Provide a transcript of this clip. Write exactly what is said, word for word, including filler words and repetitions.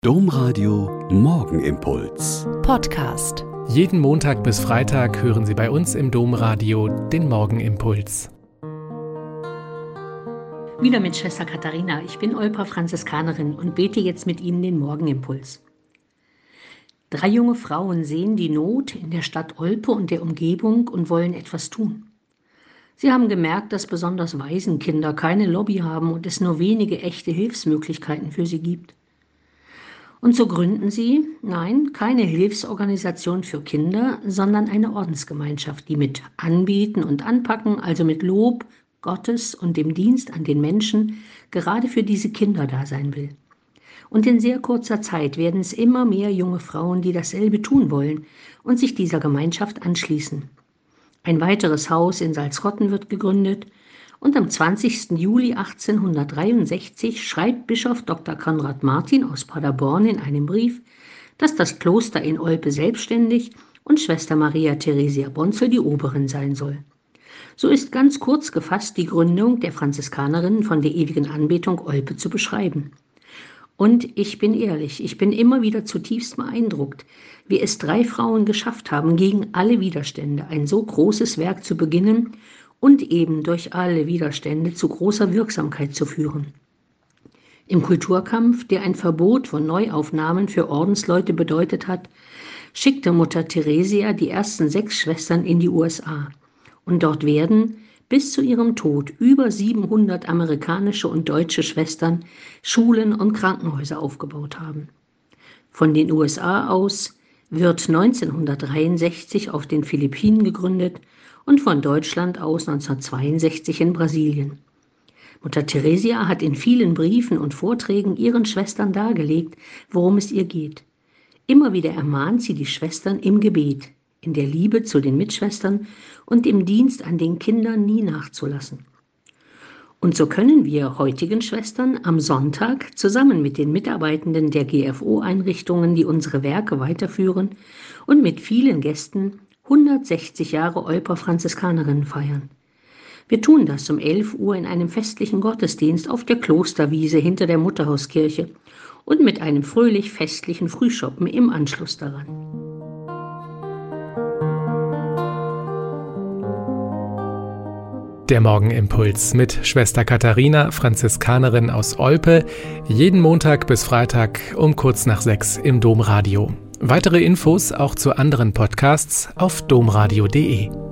Domradio Morgenimpuls Podcast. Jeden Montag bis Freitag hören Sie bei uns im Domradio den Morgenimpuls. Wieder mit Schwester Katharina. Ich bin Olper Franziskanerin und bete jetzt mit Ihnen den Morgenimpuls. Drei junge Frauen sehen die Not in der Stadt Olpe und der Umgebung und wollen etwas tun. Sie haben gemerkt, dass besonders Waisenkinder keine Lobby haben und es nur wenige echte Hilfsmöglichkeiten für sie gibt. Und so gründen sie, nein, keine Hilfsorganisation für Kinder, sondern eine Ordensgemeinschaft, die mit Anbieten und Anpacken, also mit Lob Gottes und dem Dienst an den Menschen, gerade für diese Kinder da sein will. Und in sehr kurzer Zeit werden es immer mehr junge Frauen, die dasselbe tun wollen und sich dieser Gemeinschaft anschließen. Ein weiteres Haus in Salzrotten wird gegründet. Und am zwanzigsten Juli achtzehnhundertdreiundsechzig schreibt Bischof Doktor Konrad Martin aus Paderborn in einem Brief, dass das Kloster in Olpe selbstständig und Schwester Maria Theresia Bonzel die Oberin sein soll. So ist ganz kurz gefasst die Gründung der Franziskanerinnen von der ewigen Anbetung Olpe zu beschreiben. Und ich bin ehrlich, ich bin immer wieder zutiefst beeindruckt, wie es drei Frauen geschafft haben, gegen alle Widerstände ein so großes Werk zu beginnen und eben durch alle Widerstände zu großer Wirksamkeit zu führen. Im Kulturkampf, der ein Verbot von Neuaufnahmen für Ordensleute bedeutet hat, schickte Mutter Theresia die ersten sechs Schwestern in die U S A. Und dort werden bis zu ihrem Tod über siebenhundert amerikanische und deutsche Schwestern Schulen und Krankenhäuser aufgebaut haben. Von den U S A aus wird neunzehnhundertdreiundsechzig auf den Philippinen gegründet und von Deutschland aus neunzehnhundertzweiundsechzig in Brasilien. Mutter Theresia hat in vielen Briefen und Vorträgen ihren Schwestern dargelegt, worum es ihr geht. Immer wieder ermahnt sie die Schwestern im Gebet, in der Liebe zu den Mitschwestern und im Dienst an den Kindern nie nachzulassen. Und so können wir heutigen Schwestern am Sonntag zusammen mit den Mitarbeitenden der G F O-Einrichtungen, die unsere Werke weiterführen, und mit vielen Gästen hundertsechzig Jahre Olper Franziskanerinnen feiern. Wir tun das um elf Uhr in einem festlichen Gottesdienst auf der Klosterwiese hinter der Mutterhauskirche und mit einem fröhlich festlichen Frühschoppen im Anschluss daran. Der Morgenimpuls mit Schwester Katharina, Franziskanerin aus Olpe, jeden Montag bis Freitag um kurz nach sechs im Domradio. Weitere Infos auch zu anderen Podcasts auf domradio punkt de.